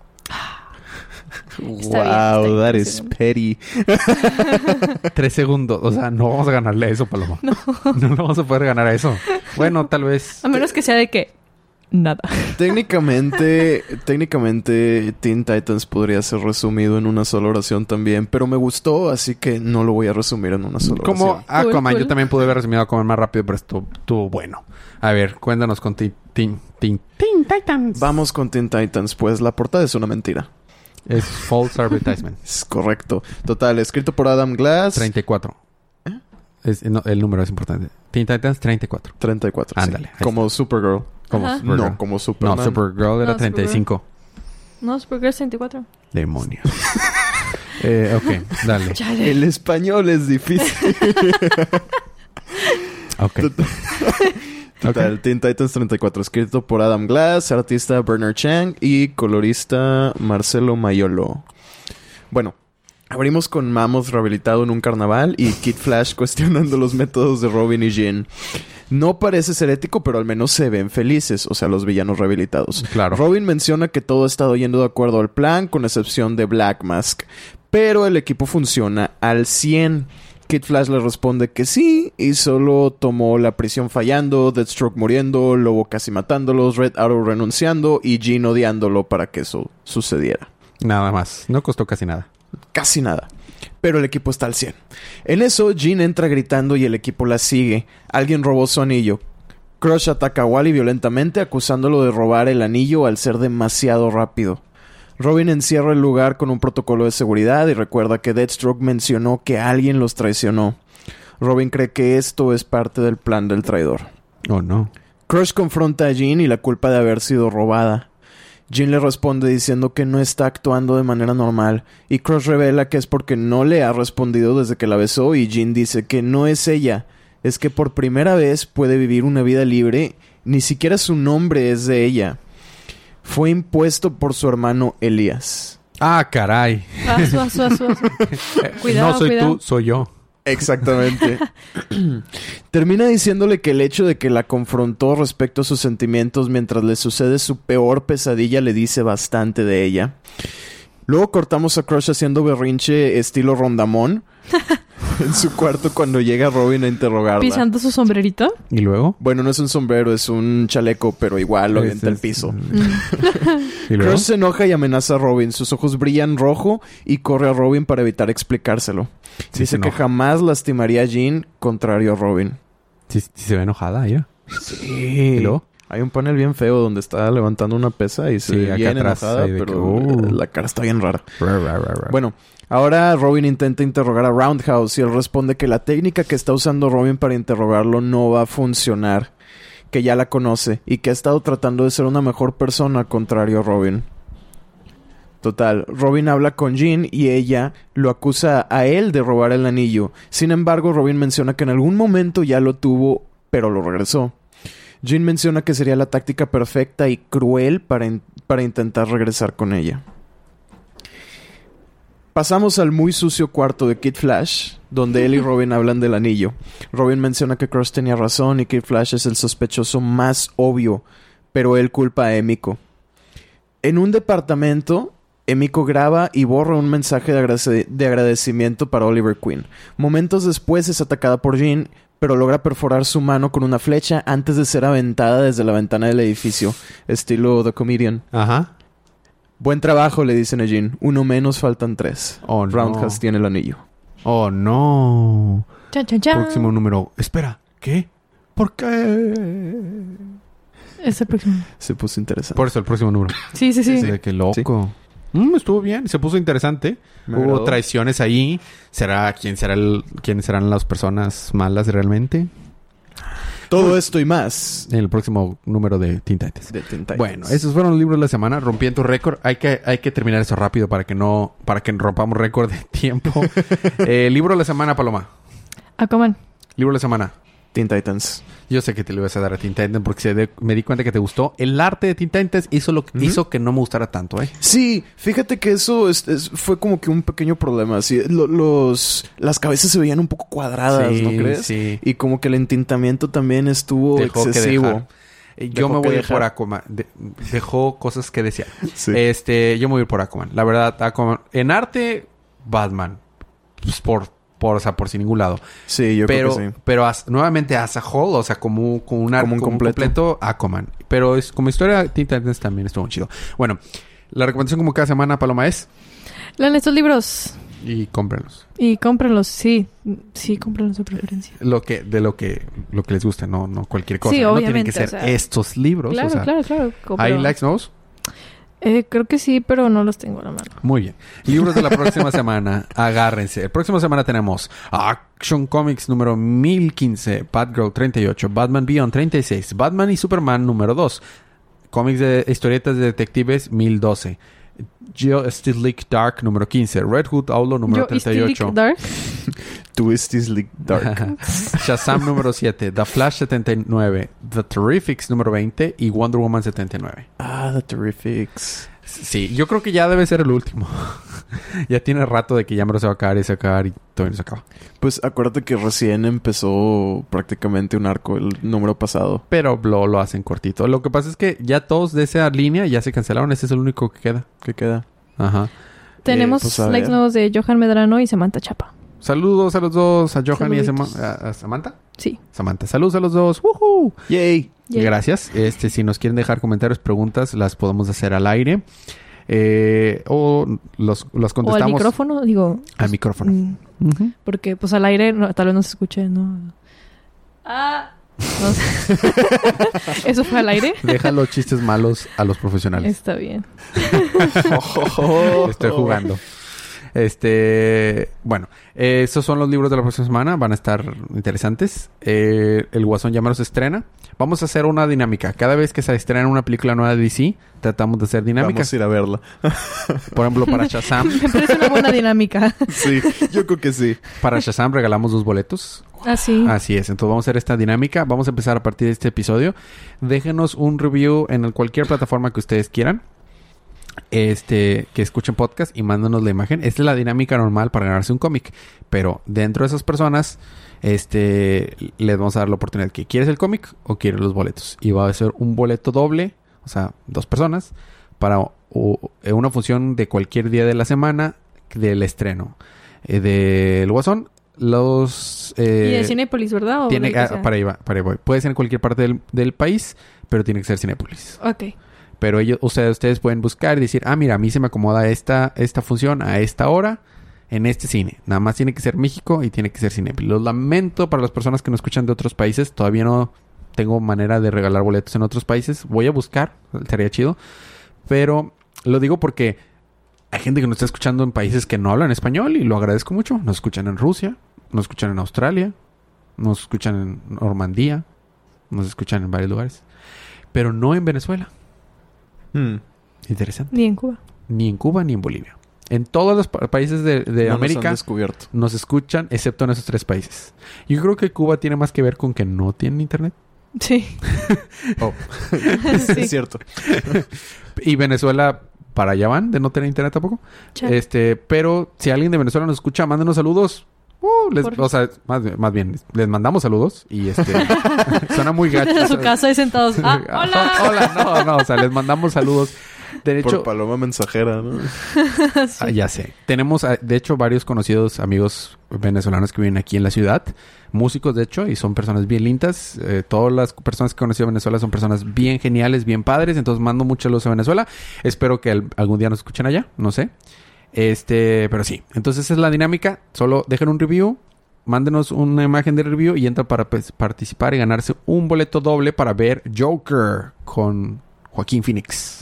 Está bien, That sí, is sí. petty. 3 segundos. O sea, no vamos a ganarle a eso, Paloma. No le vamos a poder ganar a eso. Bueno, tal vez... A menos que sea de que, nada. Técnicamente, Teen Titans podría ser resumido en una sola oración también, pero me gustó, así que no lo voy a resumir en una sola Como oración. Aquaman. Cool. Yo también pude haber resumido Aquaman más rápido, pero estuvo bueno. A ver, cuéntanos con Teen Titans. Vamos con Teen Titans, pues la portada es una mentira. Es false advertisement. Es correcto. Total, escrito por Adam Glass. 34. El número es importante. Teen Titans 34. 34. Ándale, sí. ahí Como Supergirl. Como Ajá. Supergirl. No, como Superman. No, Supergirl era No, 35. No, Supergirl es 34. Demonios. Ok, dale. Chale. El español es difícil. Ok. Total, Teen Titans 34, escrito por Adam Glass, artista Bernard Chang y colorista Marcelo Maiolo. Bueno, abrimos con Mammoth rehabilitado en un carnaval y Kid Flash cuestionando los métodos de Robin y Jean. No parece ser ético, pero al menos se ven felices, o sea, los villanos rehabilitados. Claro. Robin menciona que todo ha estado yendo de acuerdo al plan, con excepción de Black Mask, pero el equipo funciona al 100%. Kid Flash le responde que sí, y solo tomó la prisión fallando, Deathstroke muriendo, Lobo casi matándolos, Red Arrow renunciando y Jean odiándolo para que eso sucediera. Nada más. No costó casi nada. Casi nada. Pero el equipo está al 100. En eso, Jean entra gritando y el equipo la sigue. Alguien robó su anillo. Crush ataca a Wally violentamente, acusándolo de robar el anillo al ser demasiado rápido. Robin encierra el lugar con un protocolo de seguridad y recuerda que Deathstroke mencionó que alguien los traicionó. Robin cree que esto es parte del plan del traidor. Oh, no. Crush confronta a Jean y la culpa de haber sido robada. Jean le responde diciendo que no está actuando de manera normal, y Crush revela que es porque no le ha respondido desde que la besó, y Jean dice que no es ella, es que por primera vez puede vivir una vida libre, ni siquiera su nombre es de ella. Fue impuesto por su hermano Elías. Ah, caray. Cuidado, no soy cuidado. tú, soy yo. Exactamente. Termina diciéndole que el hecho de que la confrontó respecto a sus sentimientos mientras le sucede su peor pesadilla le dice bastante de ella. Luego cortamos a Crush haciendo berrinche estilo Rondamón en su cuarto cuando llega Robin a interrogarla. Pisando su sombrerito. ¿Y luego? Bueno, no es un sombrero, es un chaleco, pero igual lo avienta al piso. ¿Y luego? Crush se enoja y amenaza a Robin. Sus ojos brillan rojo y corre a Robin para evitar explicárselo. Sí, Dice se que enoja. jamás lastimaría a Jean, contrario a Robin. Sí, se ve enojada, mira. Sí. ¿Y luego? Hay un panel bien feo donde está levantando una pesa y se Sí, ve acá bien atrás, enojada, ahí de pero que, la cara está bien rara. Bueno. Bueno, ahora Robin intenta interrogar a Roundhouse y él responde que la técnica que está usando Robin para interrogarlo no va a funcionar, que ya la conoce y que ha estado tratando de ser una mejor persona, contrario a Robin. Total, Robin habla con Jean y ella lo acusa a él de robar el anillo. Sin embargo, Robin menciona que en algún momento ya lo tuvo, pero lo regresó. Jean menciona que sería la táctica perfecta y cruel para intentar regresar con ella. Pasamos al muy sucio cuarto de Kid Flash, donde él y Robin hablan del anillo. Robin menciona que Crush tenía razón y Kid Flash es el sospechoso más obvio, pero él culpa a Emiko. En un departamento, Emiko graba y borra un mensaje de agradecimiento para Oliver Queen. Momentos después es atacada por Jean, pero logra perforar su mano con una flecha antes de ser aventada desde la ventana del edificio, estilo The Comedian. Ajá. Buen trabajo, le dicen a Jean. Uno menos, faltan 3. Oh, no. Roundhouse tiene el anillo. Oh, no. Chan, chan, chan. Próximo número. Espera, ¿qué? ¿Por qué? Es el próximo. Se puso interesante. Por eso el próximo número. Sí. De qué loco. Estuvo bien, se puso interesante. Me Hubo agradó. traiciones ahí. ¿Quiénes serán las personas malas realmente? Todo esto y más En el próximo número de Teen Titans. de Teen Titans. Bueno, esos fueron los libros de la semana. Rompiendo récord. Hay que terminar eso rápido para que rompamos récord de tiempo. Libro de la semana, Paloma. Aquaman. Libro de la semana. Teen Titans. Yo sé que te lo ibas a dar a Teen Titans porque me di cuenta que te gustó. El arte de Teen Titans hizo que no me gustara tanto, ¿eh? Sí, fíjate que eso fue como que un pequeño problema. Así, las cabezas se veían un poco cuadradas, Sí, ¿no crees? sí. Y como que el entintamiento también estuvo Dejó que excesivo. dejar. Yo Dejó me que voy a ir dejar. por Aquaman. Dejó cosas que desear. Sí. Yo me voy a ir por Aquaman. La verdad, Aquaman. En arte, Batman. Pues por sin ningún lado. Sí, yo creo que sí. Pero nuevamente as a whole, o sea, como un completo, Aquaman. Pero como historia, Teen Titans también estuvo muy chido. Bueno, la recomendación como cada semana, Paloma, es... Lean estos libros. Y cómprenlos. Y cómprenlos, sí. Sí, cómprenlos de preferencia. Lo que les guste, no cualquier cosa. Sí, no tienen obviamente, que ser o sea, estos libros. Claro, o sea, claro. ¿hay likes nuevos? Creo que sí, pero no los tengo a la mano. Muy bien. Libros de la próxima semana. Agárrense. La próxima semana tenemos Action Comics número 1015, Batgirl 38, Batman Beyond 36, Batman y Superman número 2, cómics de historietas de detectives 1012, Justice League Dark número 15, Red Hood Outlaw número 38, Dark. Twisties League Dark. Shazam número 7, The Flash 79, The Terrifics número 20 y Wonder Woman 79. The Terrifics. Sí, yo creo que ya debe ser el último. Ya tiene rato de que ya me lo se va a acabar y todavía no se acaba. Pues acuérdate que recién empezó prácticamente un arco el número pasado. Pero lo hacen cortito. Lo que pasa es que ya todos de esa línea ya se cancelaron. Ese es el único que queda. ¿Qué queda? Ajá. Tenemos pues, a likes ver. nuevos de Johan Medrano y Samantha Chapa. Saludos a los dos. A Johan Saluditos. y a Samantha. Sí. Samantha. Saludos a los dos. ¡Woohoo! ¡Yay! Yay. Gracias. Si nos quieren dejar comentarios, preguntas, las podemos hacer al aire. O los O al contestamos. micrófono, digo. Al micrófono. Ujú. Porque pues al aire tal vez no se escuche, ¿no? No sé. ¿Eso fue al aire? Deja los chistes malos a los profesionales. Está bien. Estoy jugando. Bueno, esos son los libros de la próxima semana. Van a estar interesantes. El Guasón ya me los estrena. Vamos a hacer una dinámica. Cada vez que se estrena una película nueva de DC, tratamos de hacer dinámicas. Vamos a ir a verla. Por ejemplo, para Shazam. Me parece una buena dinámica. Sí, yo creo que sí. Para Shazam regalamos 2 boletos. Así. Así es. Entonces vamos a hacer esta dinámica. Vamos a empezar a partir de este episodio. Déjenos un review en cualquier plataforma que ustedes quieran. que escuchen podcast y mándanos la imagen. Esta es la dinámica normal para ganarse un cómic. Pero dentro de esas personas, les vamos a dar la oportunidad que ¿quieres el cómic o quieres los boletos? Y va a ser un boleto doble, o sea, 2 personas, para una función de cualquier día de la semana del estreno. Del Guasón, y de Cinépolis, ¿verdad? ¿O para ahí voy. Puede ser en cualquier parte del país, pero tiene que ser Cinépolis. Ok. Pero ustedes pueden buscar y decir, mira, a mí se me acomoda esta función a esta hora en este cine. Nada más tiene que ser México y tiene que ser Cinépolis. Lo lamento para las personas que nos escuchan de otros países. Todavía no tengo manera de regalar boletos en otros países. Voy a buscar, estaría chido. Pero lo digo porque hay gente que nos está escuchando en países que no hablan español y lo agradezco mucho. Nos escuchan en Rusia, nos escuchan en Australia, nos escuchan en Normandía, nos escuchan en varios lugares. Pero no en Venezuela. Interesante. Ni en Cuba. Ni en Cuba ni en Bolivia. En todos los países de América nos escuchan, excepto en esos 3 países. Yo creo que Cuba tiene más que ver con que no tienen internet. Sí. Sí. Es cierto. Y Venezuela, para allá van, de no tener internet tampoco. Sí. Pero si alguien de Venezuela nos escucha, mándenos saludos. Más bien, les mandamos saludos y suena muy gacho. En su casa ahí sentados. ¡Hola! Hola, no, o sea, les mandamos saludos. De hecho, por paloma mensajera, ¿no? Sí. Ya sé. Tenemos, de hecho, varios conocidos amigos venezolanos que viven aquí en la ciudad. Músicos, de hecho, y son personas bien lindas. Todas las personas que he conocido en Venezuela son personas bien geniales, bien padres. Entonces, mando muchos saludos a Venezuela. Espero que algún día nos escuchen allá. No sé. Pero sí. Entonces, esa es la dinámica. Solo dejen un review. Mándenos una imagen de review y entran para participar y ganarse un boleto doble para ver Joker con Joaquín Phoenix.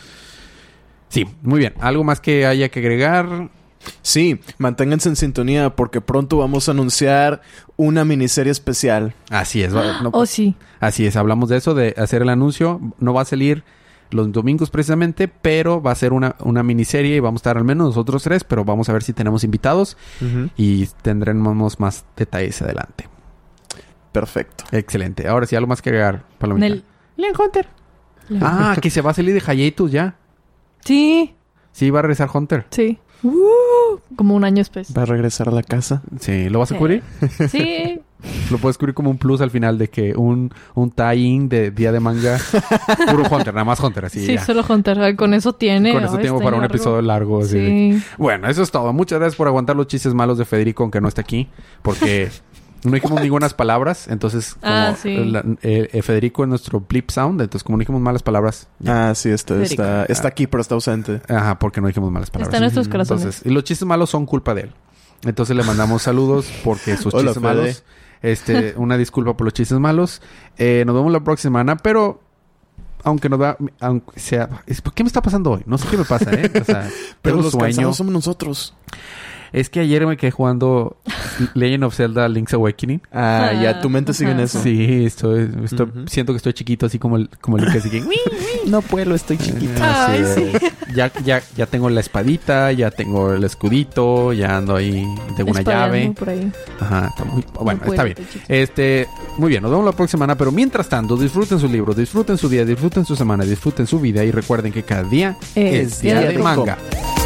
Sí, muy bien. ¿Algo más que haya que agregar? Sí, manténganse en sintonía porque pronto vamos a anunciar una miniserie especial. Así es. Sí. Así es. Hablamos de eso, de hacer el anuncio. No va a salir los domingos precisamente, pero va a ser una miniserie y vamos a estar al menos nosotros 3, pero vamos a ver si tenemos invitados y tendremos más detalles adelante. Perfecto. Excelente. Ahora sí, algo más que agregar, Palomita. Leon Hunter. Que se va a salir de Hiatus ya. Sí. Sí, va a regresar Hunter. Sí. Como un año después. ¿Va a regresar a la casa? Sí. ¿Lo vas a cubrir? Sí. Lo puedes cubrir como un plus al final de que un tie-in de día de manga. Puro Hunter, nada más Hunter. Así, sí, ya. Solo Hunter. Con eso tiene. Con eso tengo para un episodio largo. Sí. Bueno, eso es todo. Muchas gracias por aguantar los chistes malos de Federico, aunque no esté aquí. Porque no dijimos ninguna palabras. Entonces, como Federico es nuestro bleep sound. Entonces, como no dijimos malas palabras. Sí, está aquí, pero está ausente. Ajá, porque no dijimos malas palabras. Está en nuestros corazones. Entonces, y los chistes malos son culpa de él. Entonces, le mandamos saludos porque sus chistes malos... una disculpa por los chistes malos. Nos vemos la próxima semana, pero aunque sea... ¿Qué me está pasando hoy? No sé qué me pasa, O sea, pero los sueño. Cansados somos nosotros. Es que ayer me quedé jugando Legend of Zelda Link's Awakening. Ya, tu mente sigue en eso. Sí, siento que estoy chiquito, así como Link, así que... no puedo, estoy chiquito. Sí. Ya tengo la espadita, ya tengo el escudito, ya ando ahí, tengo una llave. Por ahí. Ajá, está muy... Bueno, está bien. Muy bien, nos vemos la próxima semana, pero mientras tanto, disfruten sus libros, disfruten su día, disfruten su semana, disfruten su vida y recuerden que cada día es día de manga.